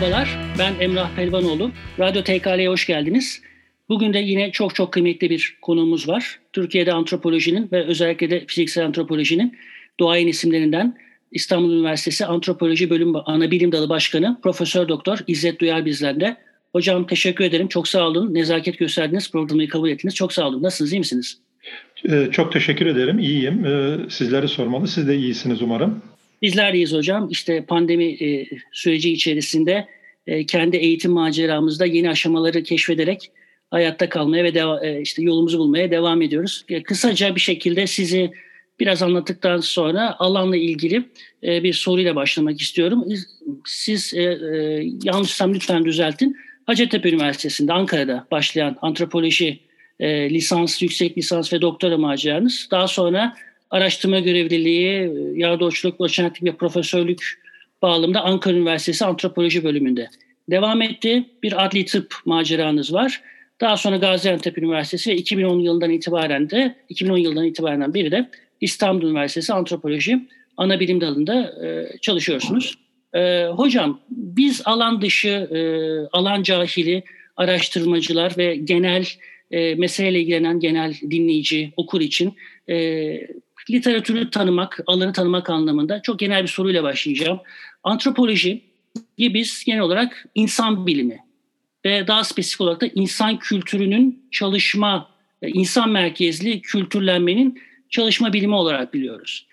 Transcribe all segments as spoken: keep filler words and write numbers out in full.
Merhabalar, ben Emrah Pelvanoğlu. Radyo T K L'ye hoş geldiniz. Bugün de yine çok çok kıymetli bir konuğumuz var. Türkiye'de antropolojinin ve özellikle de fiziksel antropolojinin duayen isimlerinden İstanbul Üniversitesi Antropoloji Bölüm Anabilim Dalı Başkanı Profesör Doktor İzzet Duyar bizlerle. Hocam teşekkür ederim. Çok sağ olun. Nezaket gösterdiniz. Programı kabul ettiniz. Çok sağ olun. Nasılsınız? İyi misiniz? Ee, çok teşekkür ederim. İyiyim. Ee, sizleri sormalı. Siz de iyisiniz umarım. Bizler deyiz hocam. İşte pandemi e, süreci içerisinde e, kendi eğitim maceramızda yeni aşamaları keşfederek hayatta kalmaya ve deva- e, işte yolumuzu bulmaya devam ediyoruz. E, kısaca bir şekilde sizi biraz anlattıktan sonra alanla ilgili e, bir soruyla başlamak istiyorum. Siz e, e, yanlışsam lütfen düzeltin. Hacettepe Üniversitesi'nde Ankara'da başlayan antropoloji e, lisans, yüksek lisans ve doktora maceranız. Daha sonra araştırma görevliliği, yardımcılık, doçentlik ve profesörlük bağlamında Ankara Üniversitesi Antropoloji bölümünde devam etti. Bir adli tıp maceranız var. Daha sonra Gaziantep Üniversitesi ve iki bin on yılından itibaren de iki bin on yılından itibaren biri de İstanbul Üniversitesi Antropoloji Anabilim Dalı'nda e, çalışıyorsunuz. E, hocam biz alan dışı, e, alan cahili araştırmacılar ve genel e, meseleyle ilgilenen genel dinleyici, okur için e, literatürü tanımak, alanı tanımak anlamında çok genel bir soruyla başlayacağım. Antropolojiyi biz genel olarak insan bilimi ve daha spesifik olarak da insan kültürünün çalışma, insan merkezli kültürlenmenin çalışma bilimi olarak biliyoruz.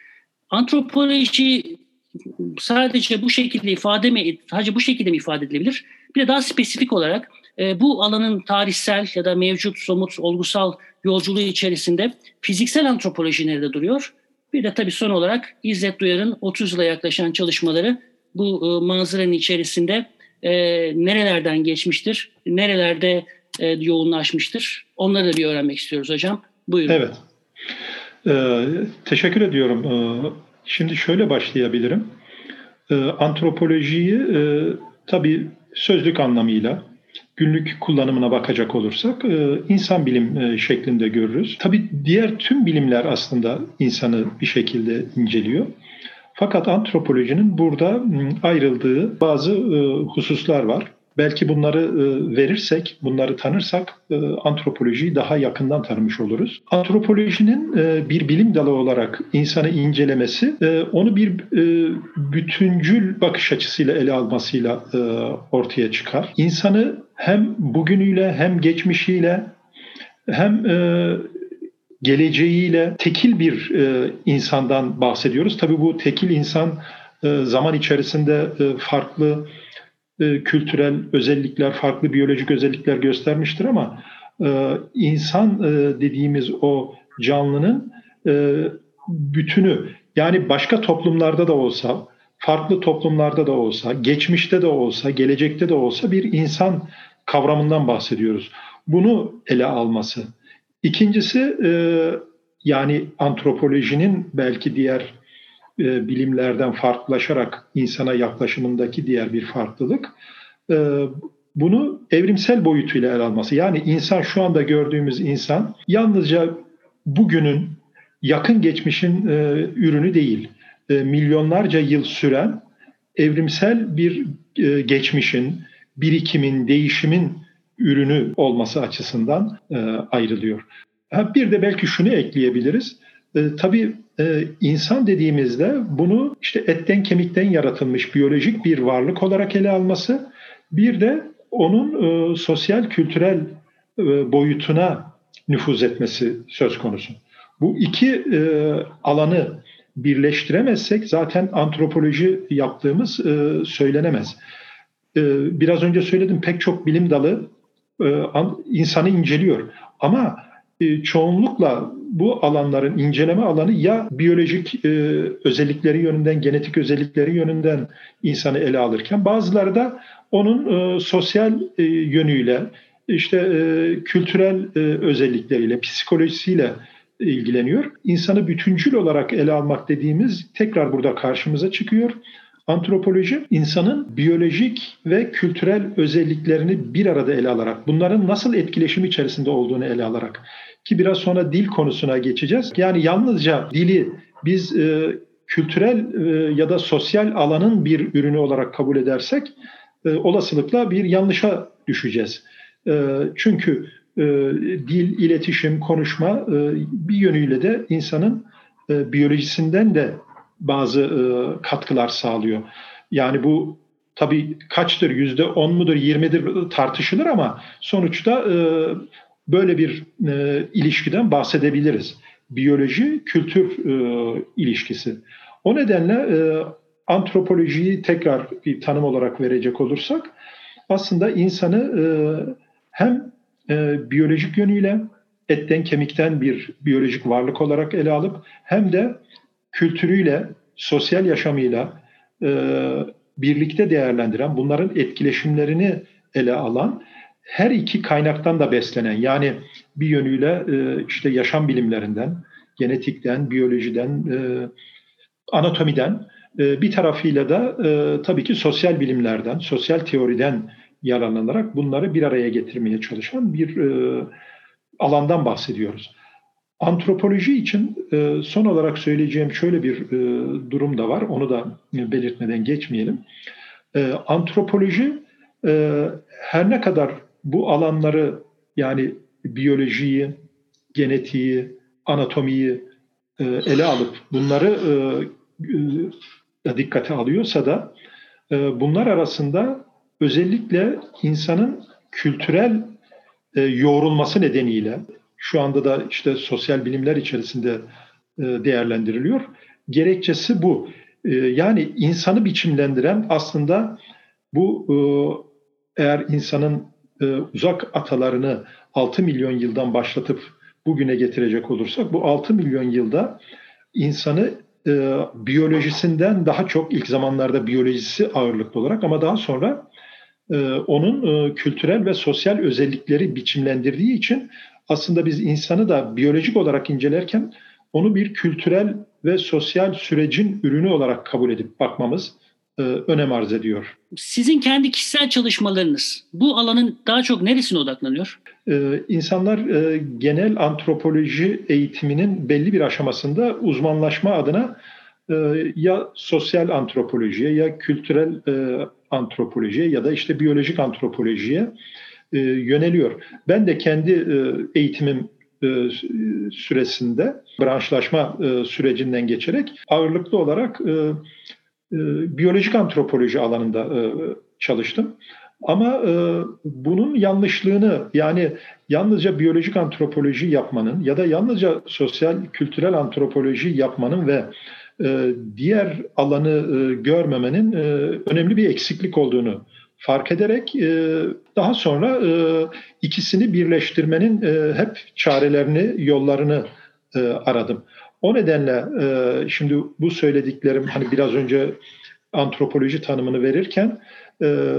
Antropoloji sadece bu şekilde ifade mi, sadece bu şekilde mi ifade edilebilir? Bir de daha spesifik olarak e, bu alanın tarihsel ya da mevcut, somut, olgusal yolculuğu içerisinde fiziksel antropoloji nerede duruyor? Bir de tabii son olarak İzzet Duyar'ın otuz yıla yaklaşan çalışmaları bu e, manzaranın içerisinde e, nerelerden geçmiştir, nerelerde e, yoğunlaşmıştır? Onları da bir öğrenmek istiyoruz hocam. Buyurun. Evet. Ee, teşekkür ediyorum. Ee, şimdi şöyle başlayabilirim. Ee, antropolojiyi e, tabii sözlük anlamıyla günlük kullanımına bakacak olursak e, insan bilim e, şeklinde görürüz. Tabii diğer tüm bilimler aslında insanı bir şekilde inceliyor. Fakat antropolojinin burada ayrıldığı bazı e, hususlar var. Belki bunları e, verirsek, bunları tanırsak e, antropolojiyi daha yakından tanımış oluruz. Antropolojinin e, bir bilim dalı olarak insanı incelemesi, e, onu bir e, bütüncül bakış açısıyla ele almasıyla e, ortaya çıkar. İnsanı hem bugünüyle hem geçmişiyle hem e, geleceğiyle tekil bir e, insandan bahsediyoruz. Tabii bu tekil insan e, zaman içerisinde e, farklı e, kültürel özellikler, farklı biyolojik özellikler göstermiştir ama e, insan e, dediğimiz o canlının e, bütünü, yani başka toplumlarda da olsa, farklı toplumlarda da olsa, geçmişte de olsa, gelecekte de olsa bir insan kavramından bahsediyoruz. Bunu ele alması. İkincisi e, yani antropolojinin belki diğer e, bilimlerden farklılaşarak insana yaklaşımındaki diğer bir farklılık, e, bunu evrimsel boyutuyla ele alması. Yani insan, şu anda gördüğümüz insan yalnızca bugünün, yakın geçmişin e, ürünü değil. E, milyonlarca yıl süren evrimsel bir e, geçmişin, birikimin, değişimin ürünü olması açısından e, ayrılıyor. Ha, bir de belki şunu ekleyebiliriz. E, tabii e, insan dediğimizde bunu işte etten kemikten yaratılmış biyolojik bir varlık olarak ele alması, bir de onun e, sosyal kültürel e, boyutuna nüfuz etmesi söz konusu. Bu iki e, alanı birleştiremezsek zaten antropoloji yaptığımız e, söylenemez. E, biraz önce söyledim, pek çok bilim dalı e, insanı inceliyor. Ama e, çoğunlukla bu alanların inceleme alanı ya biyolojik e, özellikleri yönünden, genetik özellikleri yönünden insanı ele alırken, bazıları da onun e, sosyal e, yönüyle, işte e, kültürel e, özellikleriyle, psikolojisiyle ilgileniyor. İnsanı bütüncül olarak ele almak dediğimiz tekrar burada karşımıza çıkıyor. Antropoloji, insanın biyolojik ve kültürel özelliklerini bir arada ele alarak, bunların nasıl etkileşim içerisinde olduğunu ele alarak, ki biraz sonra dil konusuna geçeceğiz. Yani yalnızca dili biz e, kültürel e, ya da sosyal alanın bir ürünü olarak kabul edersek, e, olasılıkla bir yanlışa düşeceğiz. E, çünkü e, dil, iletişim, konuşma e, bir yönüyle de insanın e, biyolojisinden de bazı e, katkılar sağlıyor. Yani bu tabii kaçtır, yüzde on mudur, yirmidir tartışılır ama sonuçta e, böyle bir e, ilişkiden bahsedebiliriz. Biyoloji, kültür e, ilişkisi. O nedenle e, antropolojiyi tekrar bir tanım olarak verecek olursak, aslında insanı e, hem e, biyolojik yönüyle etten kemikten bir biyolojik varlık olarak ele alıp hem de kültürüyle, sosyal yaşamıyla e, birlikte değerlendiren, bunların etkileşimlerini ele alan, her iki kaynaktan da beslenen, yani bir yönüyle e, işte yaşam bilimlerinden, genetikten, biyolojiden, e, anatomiden, e, bir tarafıyla da e, tabii ki sosyal bilimlerden, sosyal teoriden yararlanarak bunları bir araya getirmeye çalışan bir e, alandan bahsediyoruz. Antropoloji için e, son olarak söyleyeceğim şöyle bir e, durum da var. Onu da belirtmeden geçmeyelim. E, antropoloji e, her ne kadar bu alanları, yani biyolojiyi, genetiği, anatomiyi e, ele alıp bunları e, e, dikkate alıyorsa da e, bunlar arasında özellikle insanın kültürel e, yoğrulması nedeniyle şu anda da işte sosyal bilimler içerisinde e, değerlendiriliyor. Gerekçesi bu. E, yani insanı biçimlendiren aslında bu, e, eğer insanın e, uzak atalarını altı milyon yıldan başlatıp bugüne getirecek olursak, bu altı milyon yılda insanı e, biyolojisinden daha çok, ilk zamanlarda biyolojisi ağırlıklı olarak ama daha sonra e, onun e, kültürel ve sosyal özellikleri biçimlendirdiği için aslında biz insanı da biyolojik olarak incelerken onu bir kültürel ve sosyal sürecin ürünü olarak kabul edip bakmamız e, önem arz ediyor. Sizin kendi kişisel çalışmalarınız bu alanın daha çok neresine odaklanıyor? Ee, insanlar e, genel antropoloji eğitiminin belli bir aşamasında uzmanlaşma adına e, ya sosyal antropolojiye, ya kültürel e, antropolojiye ya da işte biyolojik antropolojiye e, yöneliyor. Ben de kendi e, eğitimim e, süresinde branşlaşma e, sürecinden geçerek ağırlıklı olarak e, e, biyolojik antropoloji alanında e, çalıştım. Ama e, bunun yanlışlığını, yani yalnızca biyolojik antropoloji yapmanın ya da yalnızca sosyal kültürel antropoloji yapmanın ve e, diğer alanı e, görmemenin e, önemli bir eksiklik olduğunu fark ederek e, daha sonra e, ikisini birleştirmenin e, hep çarelerini, yollarını e, aradım. O nedenle e, şimdi bu söylediklerim, hani biraz önce antropoloji tanımını verirken e,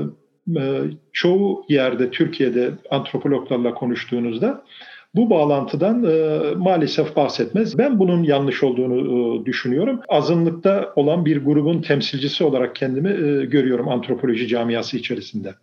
çoğu yerde Türkiye'de antropologlarla konuştuğunuzda bu bağlantıdan e, maalesef bahsetmez. Ben bunun yanlış olduğunu e, düşünüyorum. Azınlıkta olan bir grubun temsilcisi olarak kendimi e, görüyorum antropoloji camiası içerisinde.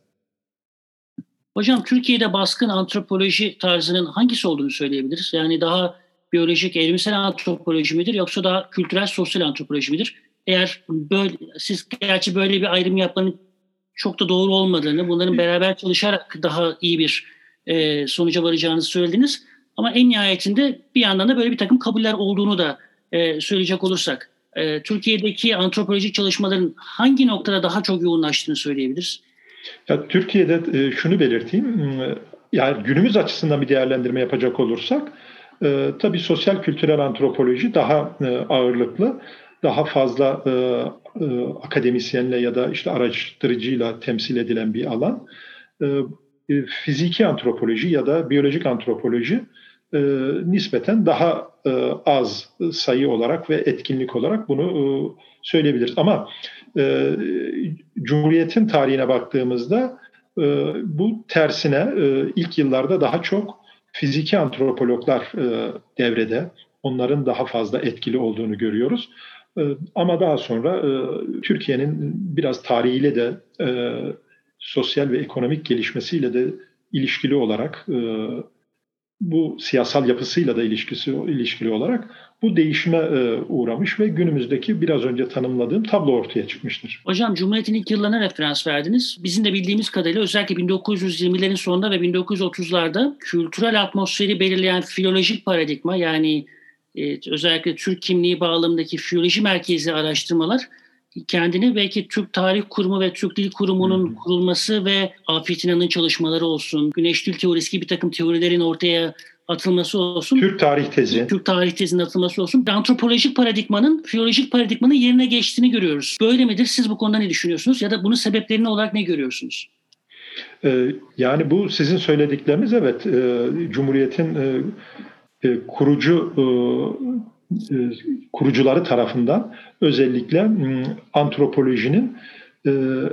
Hocam, Türkiye'de baskın antropoloji tarzının hangisi olduğunu söyleyebiliriz? Yani daha biyolojik, evrimsel antropoloji midir yoksa daha kültürel, sosyal antropoloji midir? Eğer böyle, siz gerçi böyle bir ayrım yapmanın çok da doğru olmadığını, bunların beraber çalışarak daha iyi bir e, sonuca varacağınızı söylediniz. Ama en nihayetinde bir yandan da böyle bir takım kabuller olduğunu da e, söyleyecek olursak, e, Türkiye'deki antropolojik çalışmaların hangi noktada daha çok yoğunlaştığını söyleyebiliriz? Ya, Türkiye'de e, şunu belirteyim, yani günümüz açısından bir değerlendirme yapacak olursak, e, tabii sosyal kültürel antropoloji daha e, ağırlıklı, daha fazla e, e, akademisyenle ya da işte araştırıcıyla temsil edilen bir alan. E, e, fiziki antropoloji ya da biyolojik antropoloji e, nispeten daha e, az sayı olarak ve etkinlik olarak bunu e, söyleyebiliriz. Ama e, Cumhuriyet'in tarihine baktığımızda e, bu tersine e, ilk yıllarda daha çok fiziki antropologlar e, devrede. Onların daha fazla etkili olduğunu görüyoruz. E, ama daha sonra e, Türkiye'nin biraz tarihiyle de e, sosyal ve ekonomik gelişmesiyle de ilişkili olarak e, bu siyasal yapısıyla da ilişkisi ilişkili olarak bu değişime e, uğramış ve günümüzdeki biraz önce tanımladığım tablo ortaya çıkmıştır. Hocam Cumhuriyet'in ilk yıllarına referans verdiniz. Bizim de bildiğimiz kadarıyla özellikle bin dokuz yüz yirmilerin sonunda ve bin dokuz yüz otuzlarda kültürel atmosferi belirleyen filolojik paradigma, yani e, özellikle Türk kimliği bağlamındaki filoloji merkezli araştırmalar kendini belki Türk Tarih Kurumu ve Türk Dil Kurumu'nun hı hı. kurulması ve Afet İnan'ın çalışmaları olsun, Güneş Dil Teorisi gibi bir takım teorilerin ortaya atılması olsun. Türk tarih tezi. Türk tarih tezinin atılması olsun. Antropolojik paradigmanın filolojik paradigmanın yerine geçtiğini görüyoruz. Böyle midir? Siz bu konuda ne düşünüyorsunuz? Ya da bunun sebeplerini olarak ne görüyorsunuz? Ee, yani bu sizin söyledikleriniz evet. E, Cumhuriyet'in e, e, kurucu e, e, kurucuları tarafından özellikle m, antropolojinin e,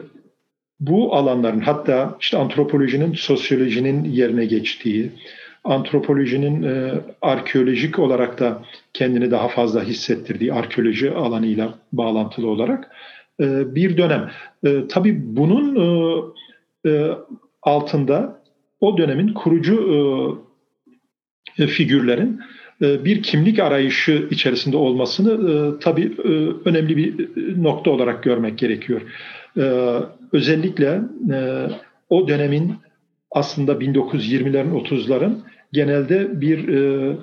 bu alanların, hatta işte antropolojinin sosyolojinin yerine geçtiği, antropolojinin e, arkeolojik olarak da kendini daha fazla hissettirdiği, arkeoloji alanıyla bağlantılı olarak e, bir dönem. E, tabii bunun e, e, altında o dönemin kurucu e, figürlerin e, bir kimlik arayışı içerisinde olmasını e, tabii e, önemli bir nokta olarak görmek gerekiyor. E, özellikle e, o dönemin aslında bin dokuz yüz yirmilerin otuzların genelde bir e,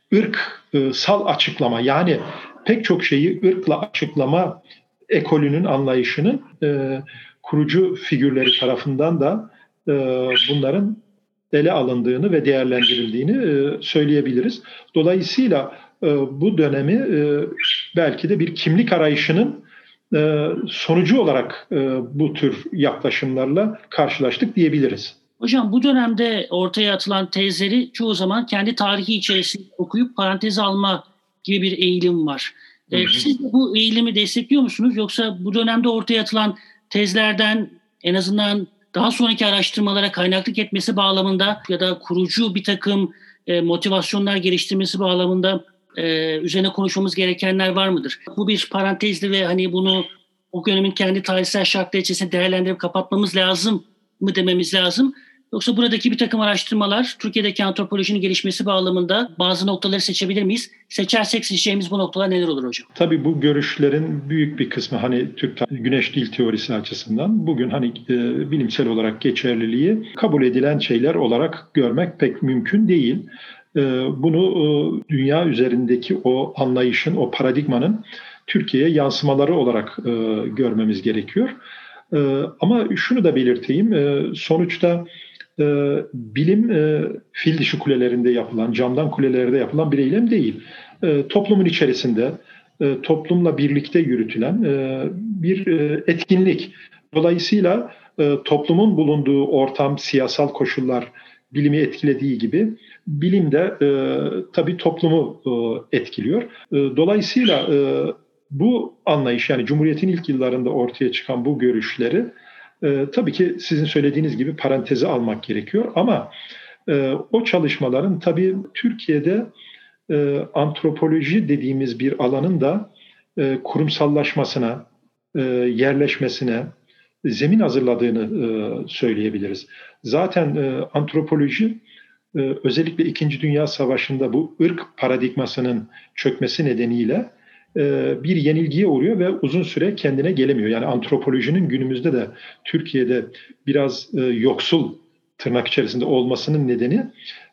ırksal açıklama, yani pek çok şeyi ırkla açıklama ekolünün anlayışının e, kurucu figürleri tarafından da e, bunların ele alındığını ve değerlendirildiğini e, söyleyebiliriz. Dolayısıyla e, bu dönemi e, belki de bir kimlik arayışının e, sonucu olarak e, bu tür yaklaşımlarla karşılaştık diyebiliriz. Hocam bu dönemde ortaya atılan tezleri çoğu zaman kendi tarihi içerisinde okuyup parantez alma gibi bir eğilim var. Hı hı. Siz de bu eğilimi destekliyor musunuz? Yoksa bu dönemde ortaya atılan tezlerden en azından daha sonraki araştırmalara kaynaklık etmesi bağlamında ya da kurucu bir takım e, motivasyonlar geliştirmesi bağlamında e, üzerine konuşmamız gerekenler var mıdır? Bu bir parantezli ve hani bunu o dönemin kendi tarihsel şartları içerisinde değerlendirip kapatmamız lazım mı dememiz lazım? Yoksa buradaki bir takım araştırmalar Türkiye'deki antropolojinin gelişmesi bağlamında bazı noktaları seçebilir miyiz? Seçersek seçeceğimiz bu noktalar neler olur hocam? Tabii bu görüşlerin büyük bir kısmı hani Türk güneş dil teorisi açısından bugün hani e, bilimsel olarak geçerliliği kabul edilen şeyler olarak görmek pek mümkün değil. E, bunu e, dünya üzerindeki o anlayışın, o paradigmanın Türkiye'ye yansımaları olarak e, görmemiz gerekiyor. E, ama şunu da belirteyim, e, sonuçta E, bilim e, fil dişi kulelerinde yapılan, camdan kulelerde yapılan bir eylem değil. E, toplumun içerisinde, e, toplumla birlikte yürütülen e, bir e, etkinlik. Dolayısıyla e, toplumun bulunduğu ortam, siyasal koşullar bilimi etkilediği gibi bilim de e, tabii toplumu e, etkiliyor. E, dolayısıyla e, bu anlayış, yani Cumhuriyet'in ilk yıllarında ortaya çıkan bu görüşleri Ee, tabii ki sizin söylediğiniz gibi paranteze almak gerekiyor ama e, o çalışmaların tabii Türkiye'de e, antropoloji dediğimiz bir alanın da e, kurumsallaşmasına, e, yerleşmesine zemin hazırladığını e, söyleyebiliriz. Zaten e, antropoloji e, özellikle İkinci Dünya Savaşı'nda bu ırk paradigmasının çökmesi nedeniyle bir yenilgiye uğruyor ve uzun süre kendine gelemiyor. Yani antropolojinin günümüzde de Türkiye'de biraz yoksul tırnak içerisinde olmasının nedeni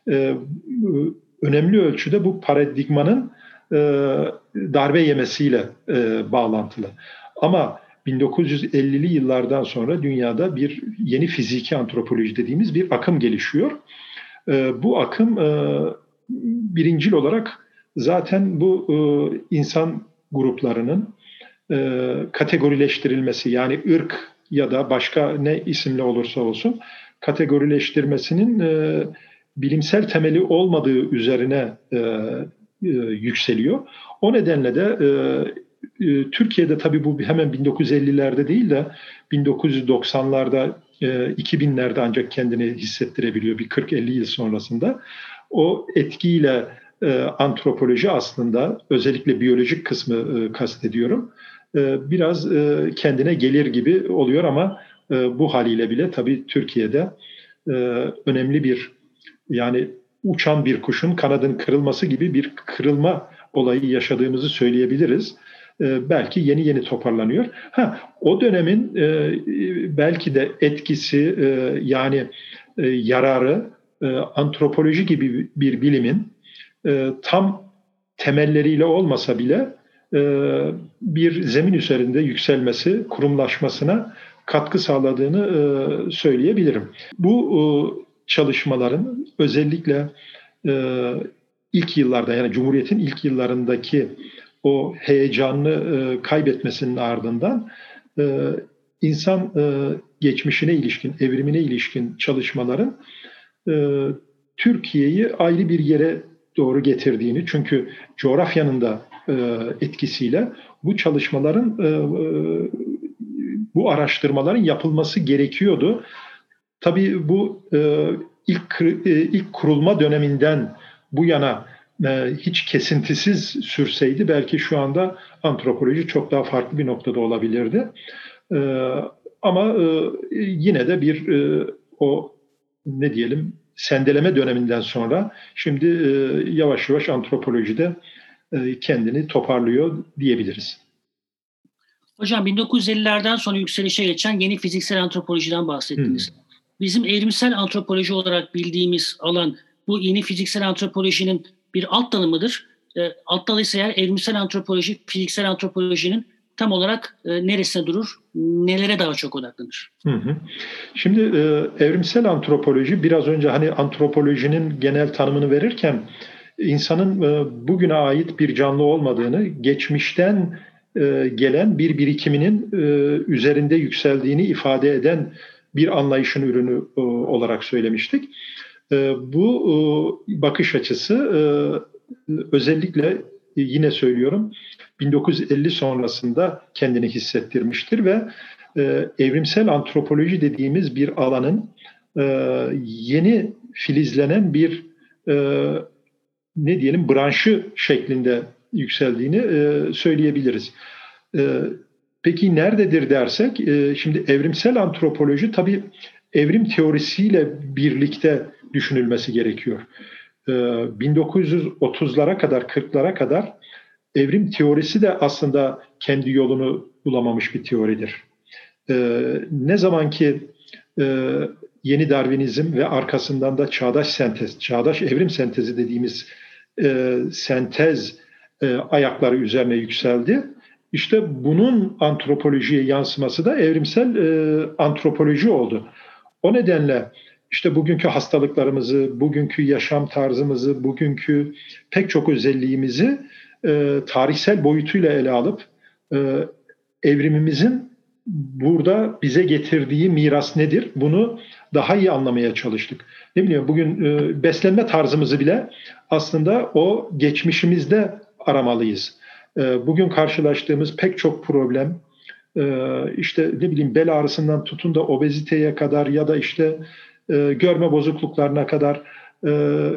önemli ölçüde bu paradigmanın darbe yemesiyle bağlantılı. Ama bin dokuz yüz ellili yıllardan sonra dünyada bir yeni fiziki antropoloji dediğimiz bir akım gelişiyor. Bu akım birincil olarak zaten bu insan gruplarının e, kategorileştirilmesi, yani ırk ya da başka ne isimle olursa olsun kategorileştirmesinin e, bilimsel temeli olmadığı üzerine e, e, yükseliyor. O nedenle de e, e, Türkiye'de tabii bu hemen bin dokuz yüz ellilerde değil de bin dokuz yüz doksanlarda, e, iki binlerde ancak kendini hissettirebiliyor bir kırk elli yıl sonrasında. O etkiyle e, antropoloji aslında, özellikle biyolojik kısmı e, kastediyorum, e, biraz e, kendine gelir gibi oluyor ama e, bu haliyle bile tabii Türkiye'de e, önemli bir, yani uçan bir kuşun kanadının kırılması gibi bir kırılma olayı yaşadığımızı söyleyebiliriz. E, belki yeni yeni toparlanıyor. Ha, o dönemin e, belki de etkisi e, yani e, yararı e, antropoloji gibi bir bilimin e, tam temelleriyle olmasa bile e, bir zemin üzerinde yükselmesi, kurumlaşmasına katkı sağladığını e, söyleyebilirim. Bu e, çalışmaların özellikle e, ilk yıllarda yani Cumhuriyet'in ilk yıllarındaki o heyecanını e, kaybetmesinin ardından e, insan e, geçmişine ilişkin, evrimine ilişkin çalışmaların e, Türkiye'yi ayrı bir yere doğru getirdiğini, çünkü coğrafyanın da e, etkisiyle bu çalışmaların, e, bu araştırmaların yapılması gerekiyordu. Tabii bu e, ilk e, ilk kurulma döneminden bu yana e, hiç kesintisiz sürseydi belki şu anda antropoloji çok daha farklı bir noktada olabilirdi. E, ama e, yine de bir e, o ne diyelim sendeleme döneminden sonra şimdi e, yavaş yavaş antropolojide e, kendini toparlıyor diyebiliriz. Hocam bin dokuz yüz ellilerden sonra yükselişe geçen yeni fiziksel antropolojiden bahsettiniz. Hmm. Bizim evrimsel antropoloji olarak bildiğimiz alan bu yeni fiziksel antropolojinin bir alt dalı mıdır? E, alt dalı ise eğer evrimsel antropoloji, fiziksel antropolojinin tam olarak e, neresine durur, nelere daha çok odaklanır? Hı hı. Şimdi e, evrimsel antropoloji biraz önce hani antropolojinin genel tanımını verirken insanın e, bugüne ait bir canlı olmadığını, geçmişten e, gelen bir birikiminin e, üzerinde yükseldiğini ifade eden bir anlayışın ürünü e, olarak söylemiştik. E, bu e, bakış açısı e, özellikle yine söylüyorum bin dokuz yüz elli sonrasında kendini hissettirmiştir ve e, evrimsel antropoloji dediğimiz bir alanın e, yeni filizlenen bir e, ne diyelim branşı şeklinde yükseldiğini e, söyleyebiliriz. E, peki nerededir dersek, e, şimdi evrimsel antropoloji tabii evrim teorisiyle birlikte düşünülmesi gerekiyor. E, bin dokuz yüz otuzlara kadar, kırklara kadar evrim teorisi de aslında kendi yolunu bulamamış bir teoridir. Ee, ne zaman ki e, yeni Darwinizm ve arkasından da çağdaş sentez, çağdaş evrim sentezi dediğimiz e, sentez e, ayakları üzerine yükseldi. İşte bunun antropolojiye yansıması da evrimsel e, antropoloji oldu. O nedenle işte bugünkü hastalıklarımızı, bugünkü yaşam tarzımızı, bugünkü pek çok özelliğimizi e, tarihsel boyutuyla ele alıp e, evrimimizin burada bize getirdiği miras nedir? Bunu daha iyi anlamaya çalıştık. Ne bileyim bugün e, beslenme tarzımızı bile aslında o geçmişimizde aramalıyız. E, bugün karşılaştığımız pek çok problem, e, işte ne bileyim bel ağrısından tutun da obeziteye kadar ya da işte e, görme bozukluklarına kadar e,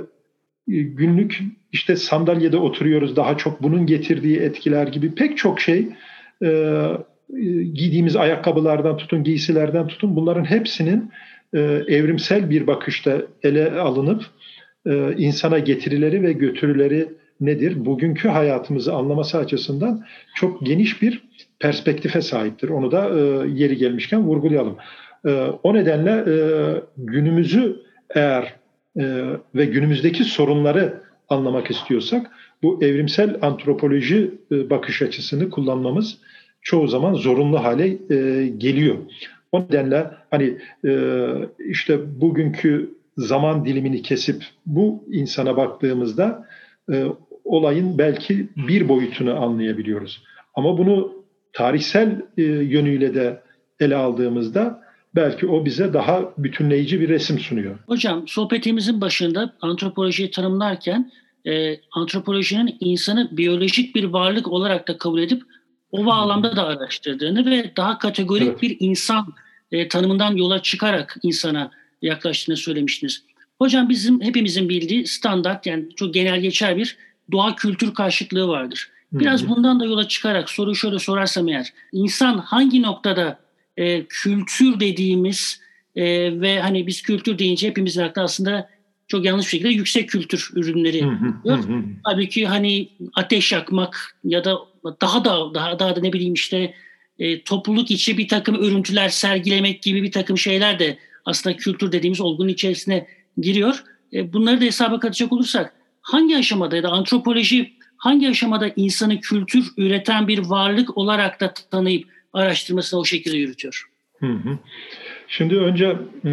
günlük işte sandalyede oturuyoruz, daha çok bunun getirdiği etkiler gibi pek çok şey, e, giydiğimiz ayakkabılardan tutun, giysilerden tutun, bunların hepsinin e, evrimsel bir bakışta ele alınıp e, insana getirileri ve götürüleri nedir? Bugünkü hayatımızı anlaması açısından çok geniş bir perspektife sahiptir. Onu da e, yeri gelmişken vurgulayalım. E, o nedenle e, günümüzü eğer e, ve günümüzdeki sorunları anlamak istiyorsak bu evrimsel antropoloji e, bakış açısını kullanmamız çoğu zaman zorunlu hale e, geliyor. O nedenle hani e, işte bugünkü zaman dilimini kesip bu insana baktığımızda e, olayın belki bir boyutunu anlayabiliyoruz. Ama bunu tarihsel e, yönüyle de ele aldığımızda belki o bize daha bütünleyici bir resim sunuyor. Hocam sohbetimizin başında antropolojiyi tanımlarken e, antropolojinin insanı biyolojik bir varlık olarak da kabul edip o bağlamda da araştırdığını ve daha kategorik evet. bir insan e, tanımından yola çıkarak insana yaklaştığını söylemiştiniz. Hocam bizim hepimizin bildiği standart, yani çok genel geçer bir doğa kültür karşıtlığı vardır. Biraz Hı-hı. bundan da yola çıkarak soruyu şöyle sorarsam eğer, insan hangi noktada e, kültür dediğimiz e, ve hani biz kültür deyince hepimizin aklına aslında çok yanlış bir şekilde yüksek kültür ürünleri diyor. Halbuki hani ateş yakmak ya da daha da daha daha da ne bileyim işte e, topluluk içi bir takım örüntüler sergilemek gibi bir takım şeyler de aslında kültür dediğimiz olgunun içerisine giriyor. E, bunları da hesaba katacak olursak hangi aşamada ya da antropoloji hangi aşamada insanı kültür üreten bir varlık olarak da tanıyıp araştırmasını o şekilde yürütüyor? Hı hı. Şimdi önce e,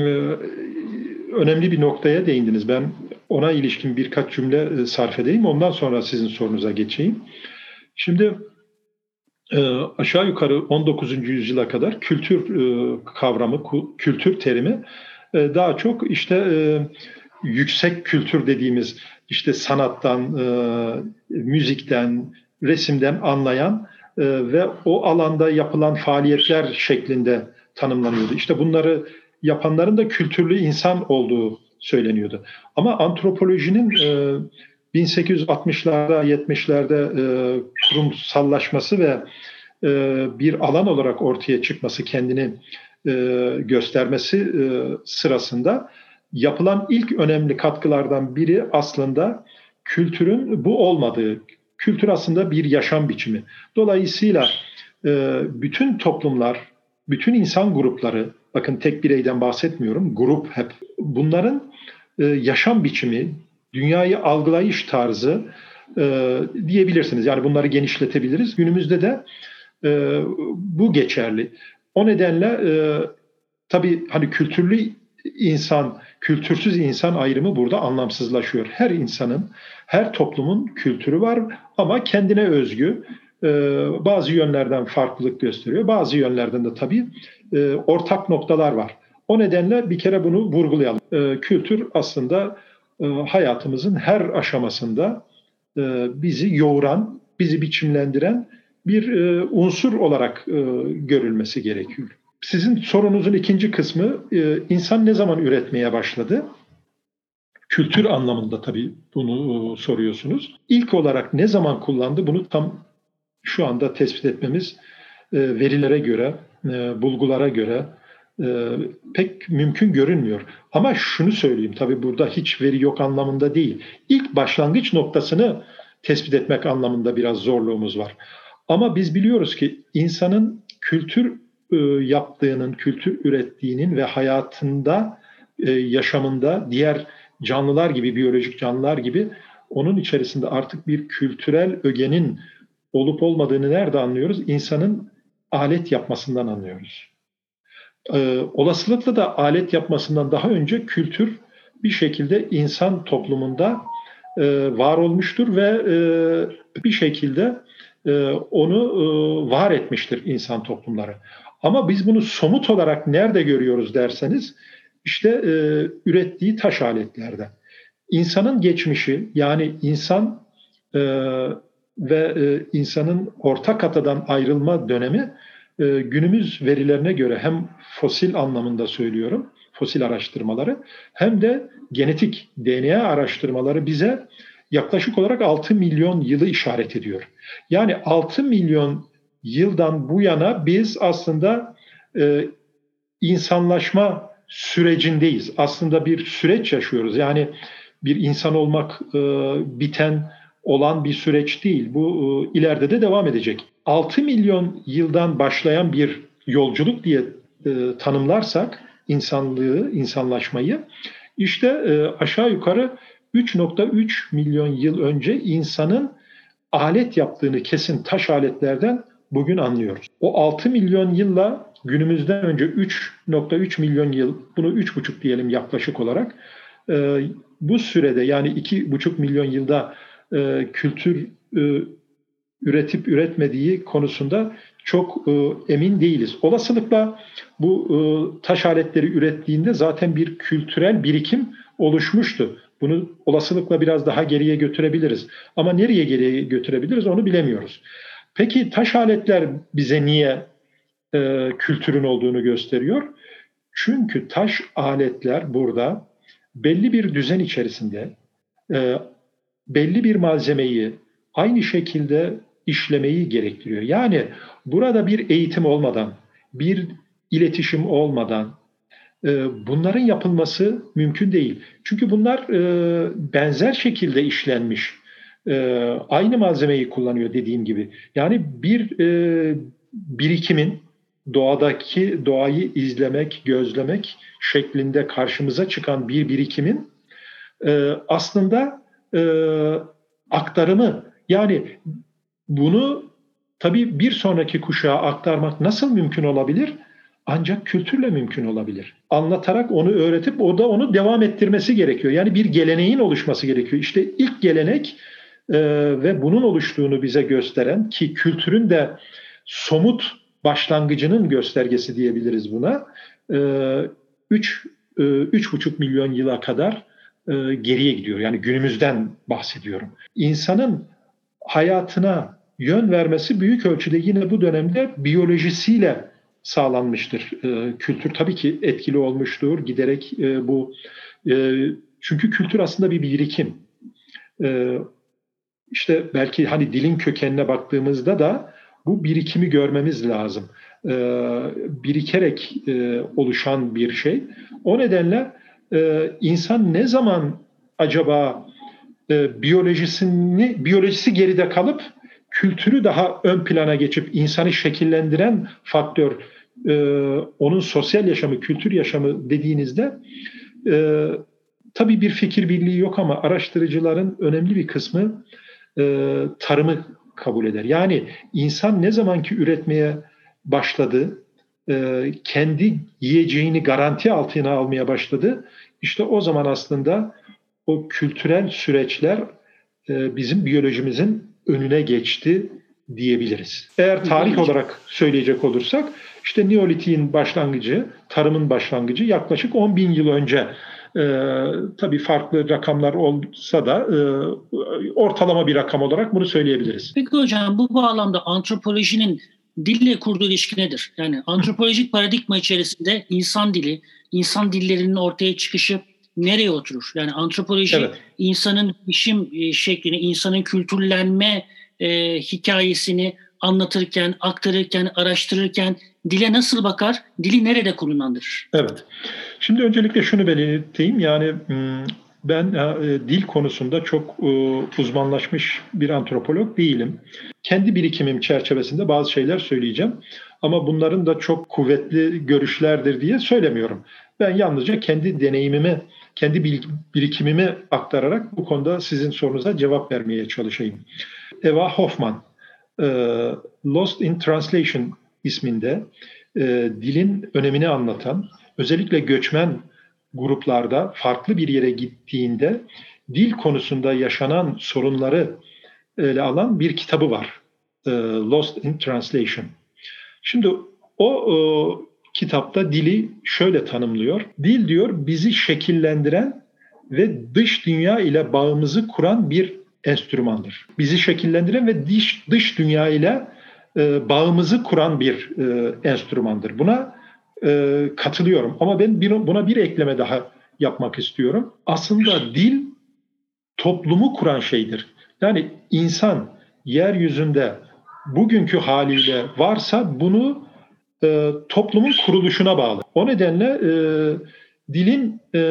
önemli bir noktaya değindiniz. Ben ona ilişkin birkaç cümle sarf edeyim. Ondan sonra sizin sorunuza geçeyim. Şimdi e, aşağı yukarı on dokuzuncu yüzyıla kadar kültür e, kavramı, kültür terimi e, daha çok işte e, yüksek kültür dediğimiz işte sanattan, e, müzikten, resimden anlayan e, ve o alanda yapılan faaliyetler şeklinde tanımlanıyordu. İşte bunları yapanların da kültürlü insan olduğu söyleniyordu. Ama antropolojinin e, bin sekiz yüz altmışlarda, yetmişlerde e, kurumsallaşması ve e, bir alan olarak ortaya çıkması, kendini e, göstermesi e, sırasında yapılan ilk önemli katkılardan biri aslında kültürün bu olmadığı. Kültür aslında bir yaşam biçimi. Dolayısıyla e, bütün toplumlar, bütün insan grupları, bakın tek bireyden bahsetmiyorum, grup hep. Bunların e, yaşam biçimi, dünyayı algılayış tarzı e, diyebilirsiniz. Yani bunları genişletebiliriz. Günümüzde de e, bu geçerli. O nedenle e, tabii hani kültürlü insan, kültürsüz insan ayrımı burada anlamsızlaşıyor. Her insanın, her toplumun kültürü var ama kendine özgü. Bazı yönlerden farklılık gösteriyor. Bazı yönlerden de tabii ortak noktalar var. O nedenle bir kere bunu vurgulayalım. Kültür aslında hayatımızın her aşamasında bizi yoğuran, bizi biçimlendiren bir unsur olarak görülmesi gerekiyor. Sizin sorunuzun ikinci kısmı, insan ne zaman üretmeye başladı? Kültür anlamında tabii bunu soruyorsunuz. İlk olarak ne zaman kullandı? Bunu tam şu anda tespit etmemiz verilere göre, bulgulara göre pek mümkün görünmüyor. Ama şunu söyleyeyim, tabii burada hiç veri yok anlamında değil. İlk başlangıç noktasını tespit etmek anlamında biraz zorluğumuz var. Ama biz biliyoruz ki insanın kültür yaptığının, kültür ürettiğinin ve hayatında, yaşamında diğer canlılar gibi, biyolojik canlılar gibi onun içerisinde artık bir kültürel ögenin olup olmadığını nerede anlıyoruz? İnsanın alet yapmasından anlıyoruz. Ee, olasılıkla da alet yapmasından daha önce kültür bir şekilde insan toplumunda e, var olmuştur ve e, bir şekilde e, onu e, var etmiştir insan toplumları. Ama biz bunu somut olarak nerede görüyoruz derseniz, işte e, ürettiği taş aletlerde. İnsanın geçmişi, yani insan e, ve e, insanın ortak atadan ayrılma dönemi e, günümüz verilerine göre hem fosil anlamında söylüyorum, fosil araştırmaları, hem de genetik D N A araştırmaları bize yaklaşık olarak altı milyon yılı işaret ediyor. Yani altı milyon yıldan bu yana biz aslında e, insanlaşma sürecindeyiz. Aslında bir süreç yaşıyoruz. Yani bir insan olmak e, biten, olan bir süreç değil. Bu e, ileride de devam edecek. altı milyon yıldan başlayan bir yolculuk diye e, tanımlarsak insanlığı, insanlaşmayı, işte e, aşağı yukarı üç nokta üç milyon yıl önce insanın alet yaptığını kesin taş aletlerden bugün anlıyoruz. O altı milyon yılla günümüzden önce üç nokta üç milyon yıl, bunu üç buçuk diyelim yaklaşık olarak, e, bu sürede yani iki buçuk milyon yılda e, kültür e, üretip üretmediği konusunda çok e, emin değiliz. Olasılıkla bu e, taş aletleri ürettiğinde zaten bir kültürel birikim oluşmuştu. Bunu olasılıkla biraz daha geriye götürebiliriz. Ama nereye geriye götürebiliriz onu bilemiyoruz. Peki taş aletler bize niye e, kültürün olduğunu gösteriyor? Çünkü taş aletler burada belli bir düzen içerisinde e, belli bir malzemeyi aynı şekilde işlemeyi gerektiriyor. Yani burada bir eğitim olmadan, bir iletişim olmadan, e, bunların yapılması mümkün değil. Çünkü bunlar e, benzer şekilde işlenmiş. E, aynı malzemeyi kullanıyor dediğim gibi. Yani bir e, birikimin doğadaki doğayı izlemek, gözlemek şeklinde karşımıza çıkan bir birikimin e, aslında e, aktarımı. Yani bunu tabii bir sonraki kuşağa aktarmak nasıl mümkün olabilir? Ancak kültürle mümkün olabilir. Anlatarak onu öğretip o da onu devam ettirmesi gerekiyor. Yani bir geleneğin oluşması gerekiyor. İşte ilk gelenek e, ve bunun oluştuğunu bize gösteren ki kültürün de somut başlangıcının göstergesi diyebiliriz buna. E, üç, e, üç buçuk milyon yıla kadar e, geriye gidiyor. Yani günümüzden bahsediyorum. İnsanın hayatına yön vermesi büyük ölçüde yine bu dönemde biyolojisiyle sağlanmıştır. E, kültür tabii ki etkili olmuştur. Giderek e, bu e, çünkü kültür aslında bir birikim. E, işte belki hani dilin kökenine baktığımızda da bu birikimi görmemiz lazım. E, birikerek e, oluşan bir şey. O nedenle e, insan ne zaman acaba e, biyolojisini biyolojisi geride kalıp kültürü daha ön plana geçip insanı şekillendiren faktör e, onun sosyal yaşamı, kültür yaşamı dediğinizde e, tabii bir fikir birliği yok ama araştırıcıların önemli bir kısmı e, tarımı kabul eder. Yani insan ne zamanki üretmeye başladı, e, kendi yiyeceğini garanti altına almaya başladı, işte o zaman aslında o kültürel süreçler e, bizim biyolojimizin önüne geçti diyebiliriz. Eğer tarih olarak söyleyecek olursak işte Neolitik'in başlangıcı, tarımın başlangıcı yaklaşık on bin yıl önce. E, tabii farklı rakamlar olsa da e, ortalama bir rakam olarak bunu söyleyebiliriz. Peki hocam, bu bağlamda antropolojinin dille kurduğu ilişki nedir? Yani antropolojik paradigma içerisinde insan dili, insan dillerinin ortaya çıkışı nereye oturur? Yani antropoloji evet. insanın işim şeklini, insanın kültürlenme e, hikayesini anlatırken, aktarırken, araştırırken dile nasıl bakar? Dili nerede konumlandırır? Evet. Şimdi öncelikle şunu belirteyim. Yani ben e, dil konusunda çok e, uzmanlaşmış bir antropolog değilim. Kendi birikimim çerçevesinde bazı şeyler söyleyeceğim. Ama bunların da çok kuvvetli görüşlerdir diye söylemiyorum. Ben yalnızca kendi deneyimimi, kendi birikimimi aktararak bu konuda sizin sorunuza cevap vermeye çalışayım. Eva Hoffman, e, Lost in Translation isminde e, dilin önemini anlatan, özellikle göçmen gruplarda farklı bir yere gittiğinde dil konusunda yaşanan sorunları ele alan bir kitabı var. Lost in Translation. Şimdi o, o kitapta dili şöyle tanımlıyor. Dil diyor bizi şekillendiren ve dış dünya ile bağımızı kuran bir enstrümandır. Bizi şekillendiren ve dış, dış dünya ile e, bağımızı kuran bir e, enstrümandır. Buna e, katılıyorum ama ben bir, buna bir ekleme daha yapmak istiyorum. Aslında dil toplumu kuran şeydir. Yani insan yeryüzünde bugünkü haliyle varsa bunu e, toplumun kuruluşuna bağlı. O nedenle e, dilin e,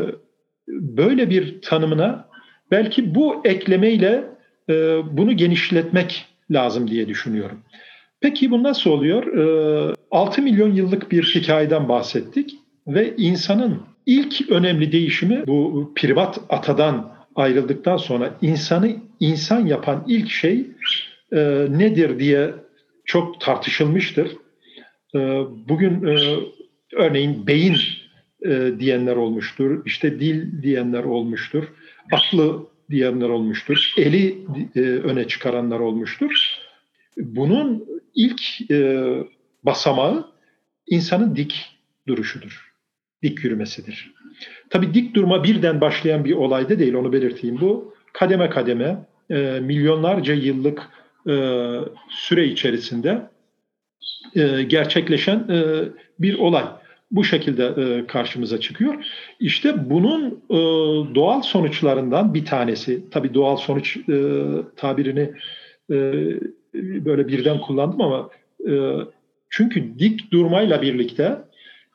böyle bir tanımına belki bu eklemeyle e, bunu genişletmek lazım diye düşünüyorum. Peki bu nasıl oluyor? E, altı milyon yıllık bir hikayeden bahsettik ve insanın ilk önemli değişimi bu primat atadan ayrıldıktan sonra insanı insan yapan ilk şey e, nedir diye çok tartışılmıştır. E, bugün e, örneğin beyin e, diyenler olmuştur, işte dil diyenler olmuştur, aklı diyenler olmuştur, eli e, öne çıkaranlar olmuştur. Bunun ilk e, basamağı insanın dik duruşudur, dik yürümesidir. Tabii dik durma birden başlayan bir olay da değil, onu belirteyim. Bu kademe kademe e, milyonlarca yıllık e, süre içerisinde e, gerçekleşen e, bir olay. Bu şekilde e, karşımıza çıkıyor. İşte bunun e, doğal sonuçlarından bir tanesi, tabii doğal sonuç e, tabirini e, böyle birden kullandım ama e, çünkü dik durmayla birlikte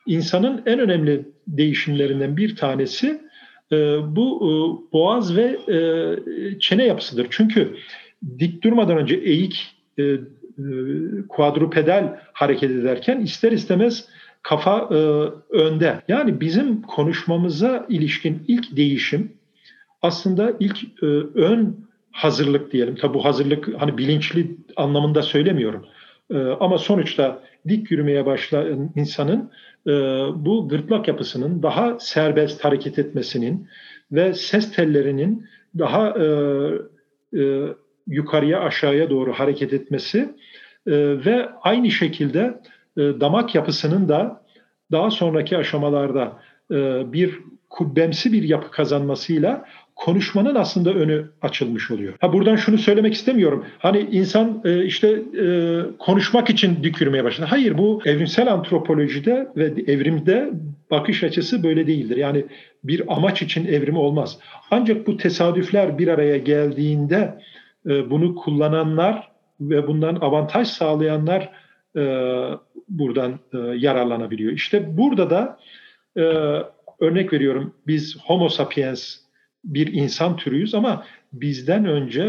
insanın en önemli değişimlerinden bir tanesi e, bu e, boğaz ve e, çene yapısıdır. Çünkü dik durmadan önce eğik, e, e, kuadrupedal hareket ederken ister istemez kafa e, önde. Yani bizim konuşmamıza ilişkin ilk değişim aslında ilk e, ön hazırlık diyelim. Tabi bu hazırlık hani bilinçli anlamında söylemiyorum. E, ama sonuçta dik yürümeye başlayan insanın e, bu gırtlak yapısının daha serbest hareket etmesinin ve ses tellerinin daha e, e, yukarıya aşağıya doğru hareket etmesi e, ve aynı şekilde e, damak yapısının da daha sonraki aşamalarda e, bir kubbemsi bir yapı kazanmasıyla konuşmanın aslında önü açılmış oluyor. Ha buradan şunu söylemek istemiyorum. Hani insan e, işte e, konuşmak için dik yürümeye başladı. Hayır, bu evrimsel antropolojide ve evrimde bakış açısı böyle değildir. Yani bir amaç için evrim olmaz. Ancak bu tesadüfler bir araya geldiğinde e, bunu kullananlar ve bundan avantaj sağlayanlar e, buradan e, yararlanabiliyor. İşte burada da e, örnek veriyorum, biz Homo sapiens bir insan türüyüz ama bizden önce